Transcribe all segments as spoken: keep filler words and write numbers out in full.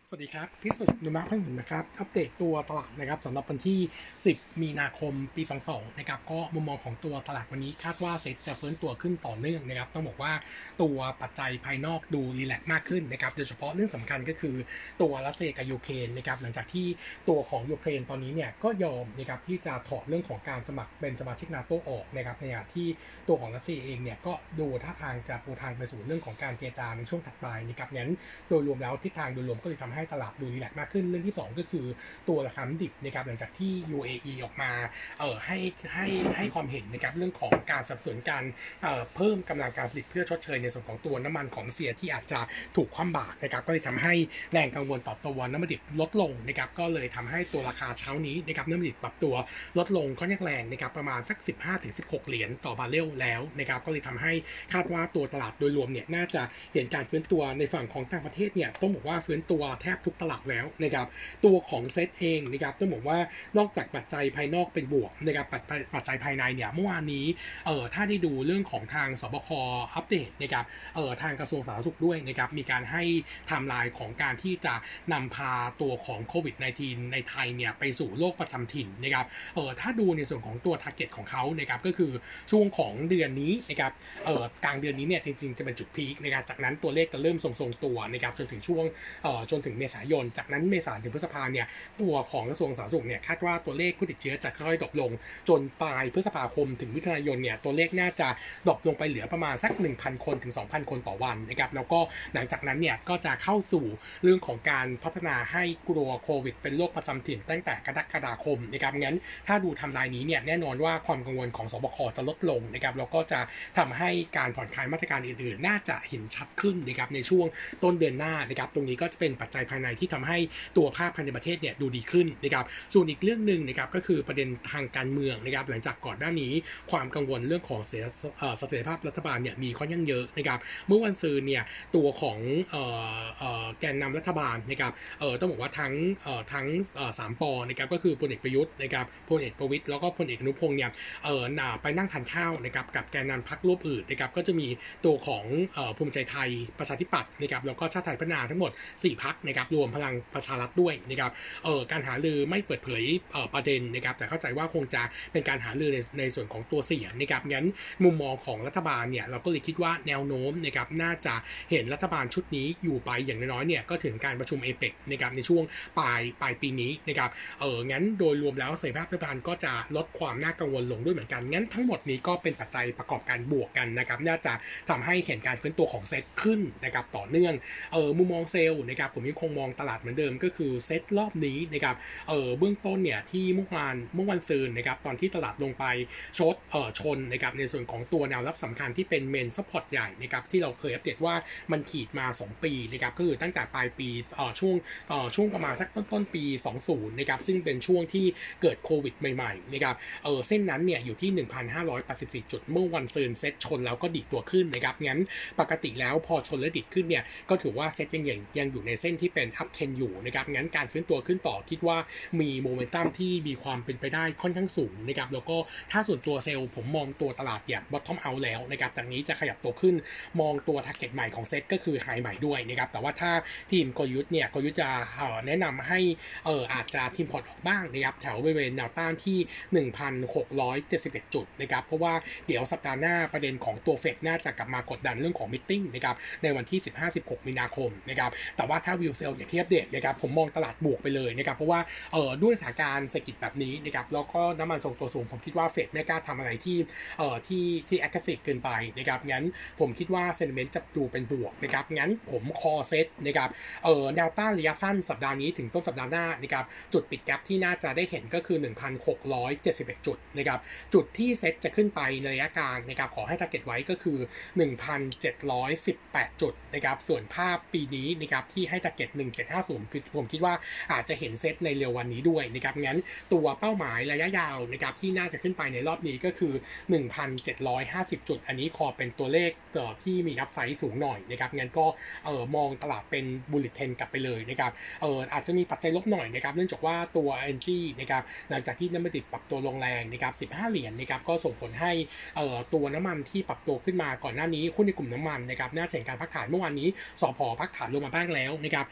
สวัสดีครับพิสุทธิ์นุมาพันธ์นะครับอัปเดตตัวตลาดนะครับสำหรับวันที่สิบมีนาคมปีสองพันยี่สิบสองนะครับก็มุมมองของตัวตลาดวันนี้คาดว่าเซ็ตจะฟื้นตัวขึ้นต่อเนื่องนะครับต้องบอกว่าตัวปัจจัยภายนอกดูรีแลกซ์มากขึ้นนะครับโดยเฉพาะเรื่องสำคัญก็คือตัวรัสเซียกับยูเครนนะครับหลังจากที่ตัวของยูเครนตอนนี้เนี่ยก็ยอมนะครับที่จะถอดเรื่องของการสมัครเป็นสมาชิกนาโตออกนะครับในขณะที่ตัวของรัสเซียเองเนี่ยก็ดูท่าทางจะปูทางไปสู่เรื่องของการเจรจาในช่วงถัดไปนะครับงั้นโดยรวมแล้วทิศทางโดยรวมก็เลยทำให้ตลาดดูรีแลกซ์มากขึ้นเรื่องที่สองก็คือตัวราคาน้ำดิบนะครับหลังจากที่ ยู เอ อี ออกมาเอ่อให้ให้ให้ความเห็นนะครับเรื่องของการสนับสนุนการเอ่อเพิ่มกำลังการผลิตเพื่อชดเชยในส่วนของตัวน้ำมันของรัสเซียที่อาจจะถูกคว่ำบาตรนะครับก็เลยทำให้แรงกังวลต่อตัวน้ำมันดิบลดลงนะครับก็เลยทำให้ตัวราคาเช้านี้นะครับน้ำมันดิบปรับตัวลดลงค่อนข้างแรงนะครับประมาณสัก สิบห้าถึงสิบหก เหรียญต่อบาร์เรลแล้วนะครับก็เลยทำให้คาดว่าตัวตลาดโดยรวมเนี่ยน่าจะเห็นการฟื้นตัวในฝั่งของต่างประเทศเนี่ยต้องบอกว่าฟื้นตัวแทบทุกตลาดแล้วนะครับตัวของเซตเองนะครับต้องบอกว่านอกจากปัจจัยภายนอกเป็นบวกนะครับปัจจัยปัจจัยภายในเนี่ยเมื่อวานนี้เอ่อถ้าได้ดูเรื่องของทางสบคอัปเดตนะครับเอ่อทางกระทรวงสาธารณสุขด้วยนะครับมีการให้ไทม์ไลน์ของการที่จะนำพาตัวของโควิด สิบเก้า ในไทยเนี่ยไปสู่โรคประจำถิ่นนะครับเอ่อถ้าดูในส่วนของตัวทาร์เก็ตของเขานะครับก็คือช่วงของเดือนนี้นะครับเอ่อกลางเดือนนี้เนี่ยจริงๆจะเป็นจุดพีคนะครับจากนั้นตัวเลขจะเริ่มทรงๆตัวนะครับจนถึงช่วงเอ่อจนถึงเมษายนจากนั้นเมษายนถึงพฤษภาเนี่ยตัวของกระทรวงสาธารณสุขเนี่ยคาดว่าตัวเลขผู้ติดเชื้อจะค่อยๆดรอปลงจนปลายพฤษภาคมถึงมิถุนายนเนี่ยตัวเลขน่าจะดรอปลงไปเหลือประมาณสัก หนึ่งพัน คนถึง สองพัน คนต่อวันนะครับแล้วก็หลังจากนั้นเนี่ยก็จะเข้าสู่เรื่องของการพัฒนาให้กลัวโควิดเป็นโรคประจำถิ่นตั้งแต่กรกฎาคมนะครับงั้นถ้าดูไทม์ไลน์นี้เนี่ยแน่นอนว่าความกังวลของสบคจะลดลงนะครับแล้วก็จะทำให้การผ่อนคลายมาตรการอื่นๆน่าจะเห็นชัดขึ้นนะครับในช่วงต้นเดือนหน้านะครับตรงนี้ก็จะเป็นปัจจัยภายในที่ทำให้ตัวภาพภายในประเทศเนี่ยดูดีขึ้นนะครับส่วนอีกเรื่องนึงนะครับก็คือประเด็นทางการเมืองนะครับหลังจากก่อนหน้านี้ความกังวลเรื่องของเสถียรภาพรัฐบาลเนี่ยมีค่อนข้างเยอะนะครับเมื่อวันศุกร์เนี่ยตัวของแกนนำรัฐบาลนะครับต้องบอกว่าทั้งทั้งสามปอนะครับก็คือพลเอกประยุทธ์นะครับพลเอกประวิตรแล้วก็พลเอกอนุพงษ์เนี่ยไปนั่งทานข้าวนะครับกับแกนนำพรรคร่วมอื่นนะครับก็จะมีตัวของภูมิใจไทยประชาธิปัตย์นะครับแล้วก็ชาติไทยพัฒนาทั้งหมดสี่พรรคนะครับรวมพลังประชารัฐด้วยนะครับการหารือไม่เปิดเผยประเด็นนะครับแต่เข้าใจว่าคงจะเป็นการหารือในในส่วนของตัวเสียงนะครับงั้นมุมมองของรัฐบาลเนี่ยเราก็เลยคิดว่าแนวโน้มนะครับน่าจะเห็นรัฐบาลชุดนี้อยู่ไปอย่างน้อยๆเนี่ยก็ถึงการประชุมเอเปกนะครับในช่วงปลายปลายปีนี้นะครับเอองั้นโดยรวมแล้วเสถียรภาพรัฐบาลก็จะลดความน่ากังวลลงด้วยเหมือนกันงั้นทั้งหมดนี้ก็เป็นปัจจัยประกอบการบวกกันนะครับน่าจะทำให้เห็นการฟื้นตัวของเซ็ตขึ้นนะครับต่อเนื่องเออมุมมองเซลล์นะครับผมยังคงมองตลาดเหมือนเดิมก็คือเซ็ตรอบนี้นะครับเออเบื้องต้นเนี่ยที่เมื่อวานเมื่อวันซืนนะครับตอนที่ตลาดลงไปชดเออชนนะครับในส่วนของตัวแนวรับสำคัญที่เป็นเมนซัพพอร์ตใหญ่นะครับที่เราเคยอัปเดตว่ามันขีดมาสองปีนะครับก็คือตั้งแต่ปลายปีเออช่วงเออช่วงประมาณสักต้นต้นปีสองสิบนะครับซึ่งเป็นช่วงที่เกิดโควิดใหม่ๆนะครับเออเส้นนั้นเนี่ยอยู่ที่ หนึ่งพันห้าร้อยแปดสิบสี่ จุดเมื่อวันซืนเซ็ตชนแล้วก็ดิดตัวขึ้นนะครับงั้นปกติแล้วพอชนและดิดขึ้นเนี่ยก็ถือว่าเซ็ตยังยังยังอยู่ในเส้นที่เป็นอัพเทรนอยู่นะครับงั้นการฟื้นตัวขึ้นต่อคิดว่ามีโมเมนตัมที่มีความเป็นไปได้ค่อนข้างสูงนะครับแล้วก็ถ้าส่วนตัวเซลล์ผมมองตัวตลาดเนี่ยบอททอมเอาท์แล้วนะครับจากนี้จะขยับตัวขึ้นมองตัวทาร์เก็ตใหม่ของเซ็ตก็คือไฮใหม่ด้วยนะครับแต่ว่าถ้าทีมกลยุทธ์เนี่ยกลยุทธ์จะแนะนำให้เอออาจจะทีมพอร์ตออกบ้างนะครับแถวบริเวณแนวต้านที่ หนึ่งพันหกร้อยเจ็ดสิบเอ็ด จุดนะครับเพราะว่าเดี๋ยวสัปดาห์หน้าประเด็นของตัวเฟดน่าจะกลับมากดดันเรื่องของมิทติ้งนะครับในวันที่ สิบห้า สิบหก มีนาคมนะครับแต่ว่าถ้าวิวเซลอย่างที่อัปเดตนะครับผมมองตลาดบวกไปเลยนะครับเพราะว่าเอ่อด้วยสถานการณ์เศรษฐกิจแบบนี้นะครับแล้วก็น้ำมันทรงตัวสูงผมคิดว่าเฟดไม่กล้าทำอะไรที่เอ่อที่ที่ aggressive เกินไปนะครับงั้นผมคิดว่า sentiment จะดูเป็นบวกนะครับงั้นผมคอเซตนะครับเอ่อแนวต้านระยะสั้นสัปดาห์นี้ถึงต้นสัปดาห์หน้านะครับจุดปิดแกปที่น่าจะได้เห็นก็คือ หนึ่งพันหกร้อยเจ็ดสิบเอ็ด จุดนะครับจุดที่เซ็ตจะขึ้นไปในระยะกลางนะครับขอให้ target ไว้ก็คือ หนึ่งพันเจ็ดร้อยสิบแปด จุดนะครับส่วนภาพปีนี้นะครับที่ให้ target หนึ่งพันเจ็ดร้อยห้าสิบคือผมคิดว่าอาจจะเห็นเซ็ตในเร็ววันนี้ด้วยนะครับงั้นตัวเป้าหมายระยะยาวนะครับที่น่าจะขึ้นไปในรอบนี้ก็คือ หนึ่งพันเจ็ดร้อยห้าสิบ จุดอันนี้ขอเป็นตัวเลขที่มีอัพไซด์สูงหน่อยนะครับงั้นก็เออมองตลาดเป็น bullet trend กลับไปเลยนะครับเอออาจจะมีปัจจัยลบหน่อยนะครับเนื่องจากว่าตัว เอ็น จี นะครับหลังจากที่น้ำมันดิบปรับตัวลงแรงนะครับสิบห้าเหรียญนะครับก็ส่งผลให้เอ่อตัวน้ำมันที่ปรับตัวขึ้นมาก่อนหน้านี้หุ้นในกลุ่มน้ำมันนะครับน่าจะเห็นการพักฐานเมื่อวานนี้สผพักฐานลงมาบ้างแล้วนะครับ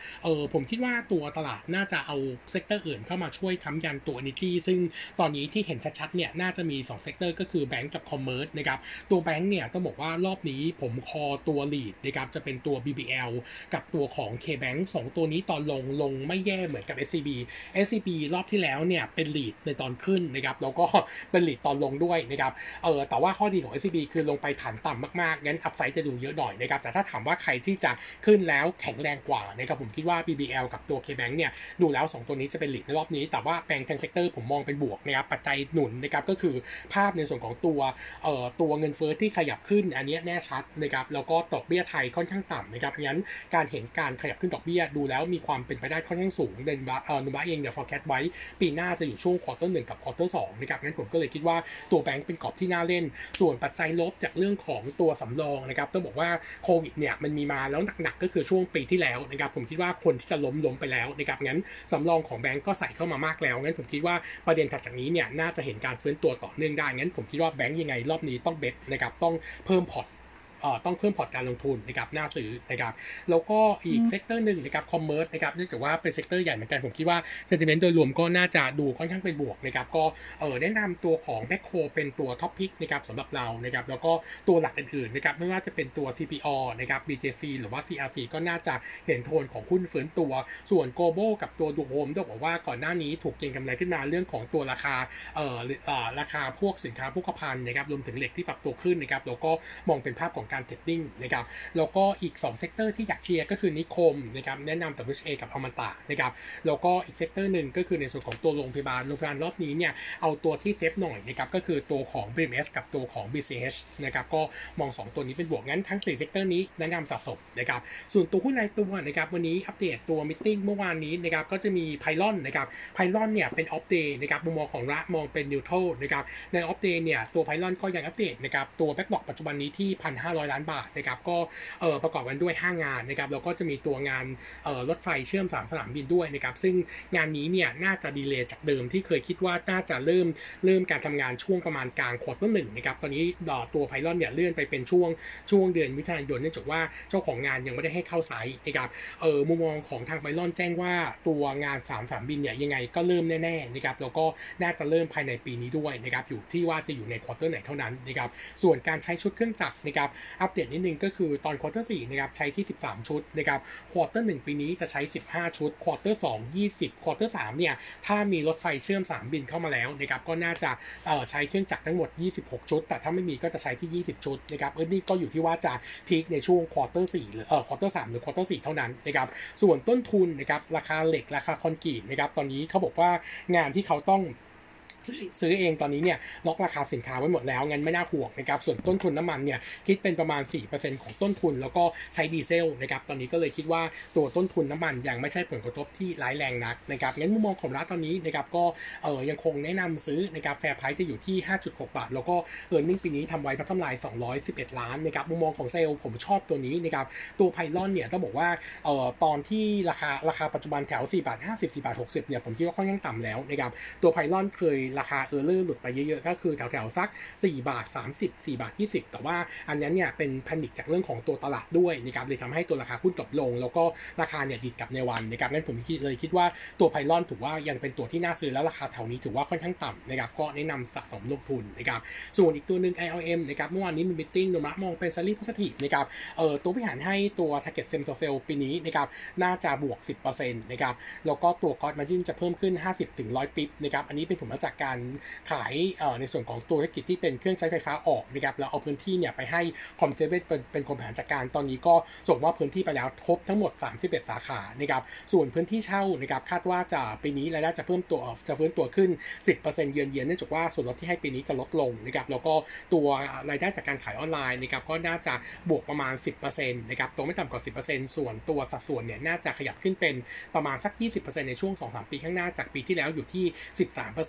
เออผมคิดว่าตัวตลาดน่าจะเอาเซกเตอร์อื่นเข้ามาช่วยค้ำยันตัว Energy ซึ่งตอนนี้ที่เห็นชัดๆเนี่ยน่าจะมีสองเซกเตอร์ก็คือแบงก์กับคอมเมอร์สนะครับตัวแบงก์เนี่ยต้องบอกว่ารอบนี้ผมคอตัว lead นะครับจะเป็นตัว บี บี แอล กับตัวของ K-Bank สองตัวนี้ตอนลงลงไม่แย่เหมือนกับ เอส ซี บี เอส ซี บี รอบที่แล้วเนี่ยเป็น lead ในตอนขึ้นนะครับแล้วก็เป็น lead ตอนลงด้วยนะครับเออแต่ว่าข้อดีของ เอส ซี บี คือลงไปฐานต่ำมากๆงั้นอัพไซด์จะดูเยอะหน่อยนะครับแต่ถ้าถามว่าใครที่จะขึ้นแล้วแข็งแรงกว่านะครับผมคิดว่า บี บี แอล กับตัว K-Bank เนี่ยดูแล้วสองตัวนี้จะเป็น lead ในรอบนี้แต่ว่าแบงก์ทั้งเซกเตอร์ผมมองเป็นบวกนะครับปัจจัยหนุนนะครับก็คือภาพในส่วนของตัวเอ่อตัวเงินเฟ้อที่ขยับขึ้นอันนี้แน่ชัดนะครับแล้วก็ดอกเบี้ยไทยค่อนข้างต่ำนะครับงั้นการเห็นการขยับขึ้นดอกเบี้ยดูแล้วมีความเป็นไปได้ค่อนข้างสูงเดนบะเอ่อนุบะเองเนี่ย forecast ไว้ปีหน้าจะอยู่ช่วงควอเตอร์หนึ่งกับควอเตอร์สองนะครับงั้นผมก็เลยคิดว่าตัวแบงก์เป็นกรอบที่น่าเล่นส่วนปัจจัยลบจากเรื่องของตัวสำรองนะครับต้องบอกว่าโควิดเนี่ยมันมีมาแล้วหนักๆก็คือช่วงปีที่แล้วนะครับผมคิดว่าคนที่จะล้มล้มไปแล้วนะครับงั้นสำรองของแบงก์ก็ใส่เข้ามามากแล้วงั้นผมคิดว่าประเด็นถัดจากนี้เนี่ยน่าจะเห็นการฟื้นตัวต่อเนื่องได้งั้นผมคิดว่าแบงก์ยังไงรอบนี้ต้องเบ็ดนะครับต้องเพิ่มพอร์ตต้องเพิ่มพอร์ตการลงทุนนะครับน่าซื้อนะครับแล้วก็อีกเซกเตอร์หนึ่งนะครับคอมเมอร์สนะครับเนื่องจากว่าเป็นเซกเตอร์ใหญ่เหมือนกันผมคิดว่าเซนติเมนต์โดยรวมก็น่าจะดูค่อนข้างเป็นบวกนะครับก็เออแนะนำตัวของแมคโครเป็นตัวท็อปพิกนะครับสำหรับเรานะครับแล้วก็ตัวหลักอื่นๆนะครับไม่ว่าจะเป็นตัว ซี พี โอ นะครับ บี เจ ซี หรือว่า ซี อาร์ ซี ก็น่าจะเห็นโทนของหุ้นฟื้นตัวส่วน Global กับตัวดูโฮมต้องบอกว่าก่อนหน้านี้ถูกเก็งกำไรขึ้นมาเรื่องของตัวราคาเอ่อเอ่อราคาพวกสินค้าโภคภัณฑ์นะครับรวมถึงเหล็กที่ปรับตัวขึ้นนะครับแล้วก็มองเป็นภาพของการเทรดดิ้งนะครับแล้วก็อีกสองเซกเตอร์ที่อยากเชียร์ก็คือนิคมนะครับแนะนำ ดับเบิลยู เอช เอ กับอมตะนะครับแล้วก็อีกเซกเตอร์หนึ่งก็คือในส่วนของตัวโรงพยาบาลโรงพยาบาลรอบนี้เนี่ยเอาตัวที่เซฟหน่อยนะครับก็คือตัวของ บี เอ็ม เอส กับตัวของ บี ซี เอช นะครับก็มองสองตัวนี้เป็นบวกงั้นทั้งสี่เซกเตอร์นี้แนะนำสะสมนะครับส่วนตัวหุ้นรายตัวนะครับวันนี้อัปเดตตัวมิทติ้งเมื่อวานนี้นะครับก็จะมีไพลอนนะครับไพลอนเนี่ยเป็นออฟเดย์นะครับมุมมองของระมองเป็นนิวโตรนะครับในออฟเดย์เนี่ยตัวไพลอนก็ยังอัปเดตนะครับตัวแบ็คล็อกปัจจุบันนี้ที่ หนึ่งพันห้าร้อย ล้านบาทนะครับก็เอ่อประกอบกันด้วยห้างานนะครับแล้วก็จะมีตัวงานเอ่อรถไฟเชื่อมสามสนามบินด้วยนะครับซึ่งงานนี้เนี่ยน่าจะดีเลย์จากเดิมที่เคยคิดว่าน่าจะเริ่มเริ่มการทำงานช่วงประมาณกลางควอเตอร์หนึ่งนะครับตอนนี้ตัวไพลอนเนี่ยเลื่อนไปเป็นช่วงช่วงเดือนมิถุนายนเนื่องจากว่าเจ้าของงานยังไม่ได้ให้เข้าไซต์นะครับเออมุมมองของทางไพลอนแจ้งว่าตัวงานสามสนามบินเนี่ยยังไงก็เริ่มแน่ๆนะครับแล้วก็น่าจะเริ่มภายในปีนี้ด้วยนะครับอยู่ที่ว่าจะอยู่ในควอเตอร์ไหนเท่านั้นนะครับส่วนการใช้ชุดเครื่องจักรนะครับอัปเดตนิดนึงก็คือตอนควอเตอร์สี่นะครับใช้ที่สิบสามชุดนะครับควอเตอร์หนึ่งปีนี้จะใช้สิบห้าชุดควอเตอร์สอง ยี่สิบควอเตอร์สามเนี่ยถ้ามีรถไฟเชื่อมสนามบินเข้ามาแล้วนะครับก็น่าจะเอ่อใช้เครื่องจักรทั้งหมดยี่สิบหกชุดแต่ถ้าไม่มีก็จะใช้ที่ยี่สิบชุดนะครับเออนี่ก็อยู่ที่ว่าจะพีคในช่วงควอเตอร์สี่หรือเอ่อควอเตอร์สามหรือควอเตอร์สี่เท่านั้นนะครับส่วนต้นทุนนะครับราคาเหล็กราคาคอนกรีตนะครับตอนนี้เขาบอกว่างานที่เขาต้องซื้อเองตอนนี้เนี่ยล็อกราคาสินค้าไว้หมดแล้วงั้นไม่น่าห่วงนะครับส่วนต้นทุนน้ำมันเนี่ยคิดเป็นประมาณ สี่เปอร์เซ็นต์ ของต้นทุนแล้วก็ใช้ดีเซลนะครับตอนนี้ก็เลยคิดว่าตัวต้นทุนน้ำมันยังไม่ใช่ผลกระทบที่ร้ายแรงนักนะครับงั้นมุมมองของร้านตอนนี้นะครับก็เออยังคงแนะนำซื้อนะครับแฟร์ไพรซ์จะอยู่ที่ ห้าจุดหก บาทแล้วก็เออร์เน็งปีนี้ทำไว้พัฒนาลายสองร้อยสิบเอ็ดล้านนะครับมุมมองของเซลล์ผมชอบตัวนี้นะครับตัวไพลอนเนี่ยต้องบอกว่าเออตอนที่ราคาราคาปัจจุบันแถวสี่บาทห้าสิบ สี่บาทหกสิบเนี่ยผมคิดว่าค่อนข้างต่ำแล้วนะครับตัวไพลอนเคยราคาเออร์เลอร์ไปเยอะๆก็คือแถวๆสักสี่บาทสามสิบ สี่บาทยี่สิบแต่ว่าอันนั้นเนี่ยเป็นแพนิคจากเรื่องของตัวตลาดด้วยนะครับเลยทำให้ตัวราคาหุ้นตกลงแล้วก็ราคาเนี่ยดิดกลับในวันนะครับงั้นผมเลยคิดว่าตัวไพลอนถือว่ายังเป็นตัวที่น่าซื้อแล้วราคาแถวนี้ถือว่าค่อนข้างต่ำนะครับก็แนะนำสะสมลงทุนนะครับส่วนอีกตัวนึง ไอ แอล เอ็ม นะครับเมื่อวานนี้มีมีตติ้งโนมะมองเป็นซัลลี่โพซิทีฟนะครับเอ่อตัวบริหารให้ตัว target same store sale ปีนี้นะครับน่าจะบวก สิบเปอร์เซ็นต์ นะครับแล้วก็ตัว cost margin จะเพิ่มขึ้น ห้าสิบถึงหนึ่งร้อย ปิ๊บนะครับอันนี้เป็นผลมาจากการขายในส่วนของตัวธุรกิจที่เป็นเครื่องใช้ไฟฟ้าออกนะครับแล้วเอาพื้นที่เนี่ยไปให้คอมเซเว่นเป็นเป็นคนบริหารจัดการตอนนี้ก็ส่งมอบพื้นที่ไปแล้วครบทั้งหมดสามสิบเอ็ดสาขานะครับส่วนพื้นที่เช่านะครับคาดว่าจะปีนี้รายได้จะเพิ่มตัวจะเพิ่มตัวขึ้น สิบเปอร์เซ็นต์ เยือนเยียนเนื่องจากว่าส่วนลดที่ให้ปีนี้จะลดลงนะครับแล้วก็ตัวรายได้จากการขายออนไลน์นะครับก็น่าจะบวกประมาณ สิบเปอร์เซ็นต์ นะครับตัวไม่ต่ำกว่า สิบเปอร์เซ็นต์ ส่วนตัวสัดส่วนเนี่ยน่าจะขยับขึ้นเป็นประมาณสัก ยี่สิบเปอร์เซ็นต์ ในช่วง สองถึงสาม ปีข้างหน้าจากปีที่แล้วอยู่ที่ สิบสามเปอร์เซ็นต์ นะครับ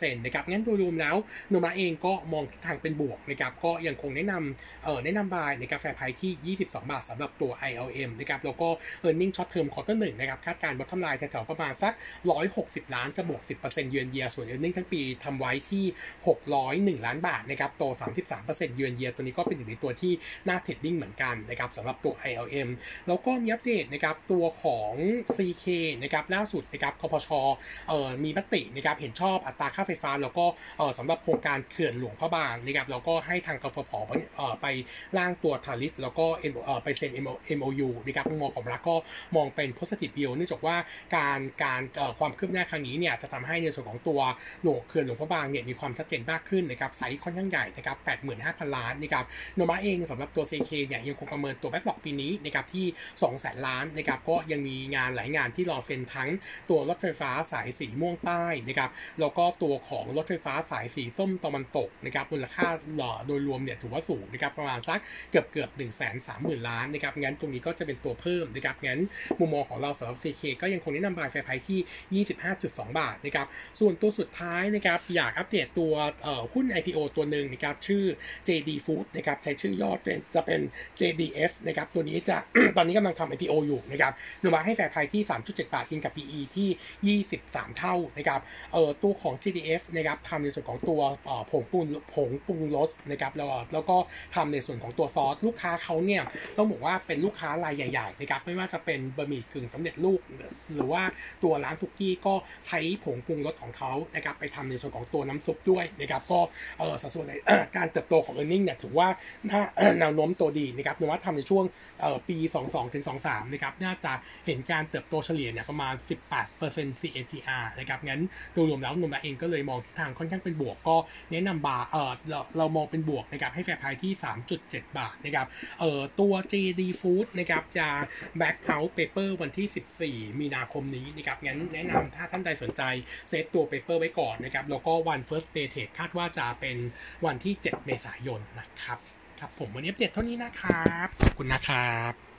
งั้นโดยรวมแล้วโนมะเองก็มองทิศทางเป็นบวกนะครับก็ยังคงแนะนำเอ่อแนะนำบายในกาแฟไพที่ยี่สิบสองบาทสำหรับตัว ไอ แอล เอ็ม นะครับแล้วก็ earning short term quarter หนึ่งนะครับคาดการณ์ bottom line แถวๆประมาณสักหนึ่งร้อยหกสิบล้านจะบวก สิบเปอร์เซ็นต์ year on year ส่วน earning ทั้งปีทำไว้ที่หกร้อยเอ็ดล้านบาทนะครับโต สามสิบสามเปอร์เซ็นต์ year on year ตัวนี้ก็เป็นหนึ่งในตัวที่น่าเทรดดิ้งเหมือนกันนะครับสำหรับตัว ไอ แอล เอ็ม แล้วก็มีอัปเดตนะครับตัวของ ซี เค นะครับล่าสุดนะครับคปช.เอ่อมีมตินะครับเห็นชอบอัตราค่าไฟฟ้าแล้วก็เอ่อสำหรับโครงการเขื่อนหลวงพระบางนะครับแล้วก็ให้ทางกฟผ.เอ่อไปร่างตัวทาริฟแล้วก็เอ่อไปเซ็น เอ็ม โอ ยู นะครับมุมมองของรัฐก็มองเป็น positive view เนื่องจากว่าการการเอ่อความคืบหน้าครั้งนี้เนี่ยจะทำให้ในส่วนของตัวหลวงเขื่อนหลวงพระบางเนี่ยมีความชัดเจนมากขึ้นนะครับไซส์ค่อนข้างใหญ่นะครับ แปดหมื่นห้าพัน ล้านนะครับโนมะเองสำหรับตัว ซี เค เนี่ยยังคงประเมินตัวแบ็คล็อกปีนี้นะครับที่ สองแสน ล้านนะครับก็ยังมีงานหลายงานที่รอเซ็นทั้งตัวรถไฟฟ้าสายสีม่วงใต้นะครับแล้วก็ตัวของรถไฟฟ้าสายสีส้มตะวันตกนะครับมูลค่าหล่อโดยรวมเนี่ยถือว่าสูงนะครับประมาณสักเกือบเกือบหนึ่งแสนสามหมื่นล้านนะครับงั้นตรงนี้ก็จะเป็นตัวเพิ่มนะครับงั้นมุมมองของเราสำหรับ ซี เค ก็ยังคงแนะนำบายแฟร์ไพรซ์ที่ ยี่สิบห้าจุดสอง บาทนะครับส่วนตัวสุดท้ายนะครับอยากอัปเดตตัวหุ้น ไอ พี โอ ตัวหนึ่งนะครับชื่อ เจ ดี Food นะครับใช้ชื่อย่อเป็นจะเป็น เจ ดี เอฟ นะครับตัวนี้จะ ตอนนี้กำลังทำ ไอ พี โอ อยู่นะครับโนมะให้แฟร์ไพรซ์ที่ สามจุดเจ็ด บาทกินกับ พี อี ที่ยี่สิบสามเท่านะครับเอ่อตัวของ เจ ดี เอฟ นะครับทำในส่วนของตัวผงปรุงผงปรุงรสนะครับแล้วแล้วก็ทำในส่วนของตัวซอสลูกค้าเขาเนี่ยต้องบอกว่าเป็นลูกค้ารายใหญ่ๆนะครับไม่ว่าจะเป็นบะหมี่กึ่งสำเร็จรูปหรือว่าตัวร้านสุกี้ก็ใช้ผงปรุงรสของเขานะครับไปทำในส่วนของตัวน้ำซุปด้วยนะครับก็เอ่อสัดส่วนในการเติบโตของ earning เนี่ยถือว่าถ้าแนวโน้มตัวดีนะครับโนมะทำในช่วงปี สองสิบสองถึงสองสิบสาม นะครับน่าจะเห็นการเติบโตเฉลี่ยเนี่ยประมาณ สิบแปดเปอร์เซ็นต์ ซี เอ ที อาร์ นะครับงั้นโดยรวมแล้วโนมะเองก็เลยมองทิศทางค่อนข้างเป็นบวกก็แนะนำบาเออเราเรามองเป็นบวกนะครับให้แฟร์ไพรซ์ที่ สามจุดเจ็ด บาทนะครับเอ่อตัว เจ ดี Food นะครับจะ back out paper วันที่สิบสี่มีนาคมนี้นะครับงั้นแนะนำถ้าท่านใดสนใจเซฟตัว paper ไว้ก่อนนะครับแล้วก็วัน first day trade คาดว่าจะเป็นวันที่เจ็ดเมษายนนะครับครับผมวันนี้อัปเดตเท่านี้นะครับขอบคุณนะครับ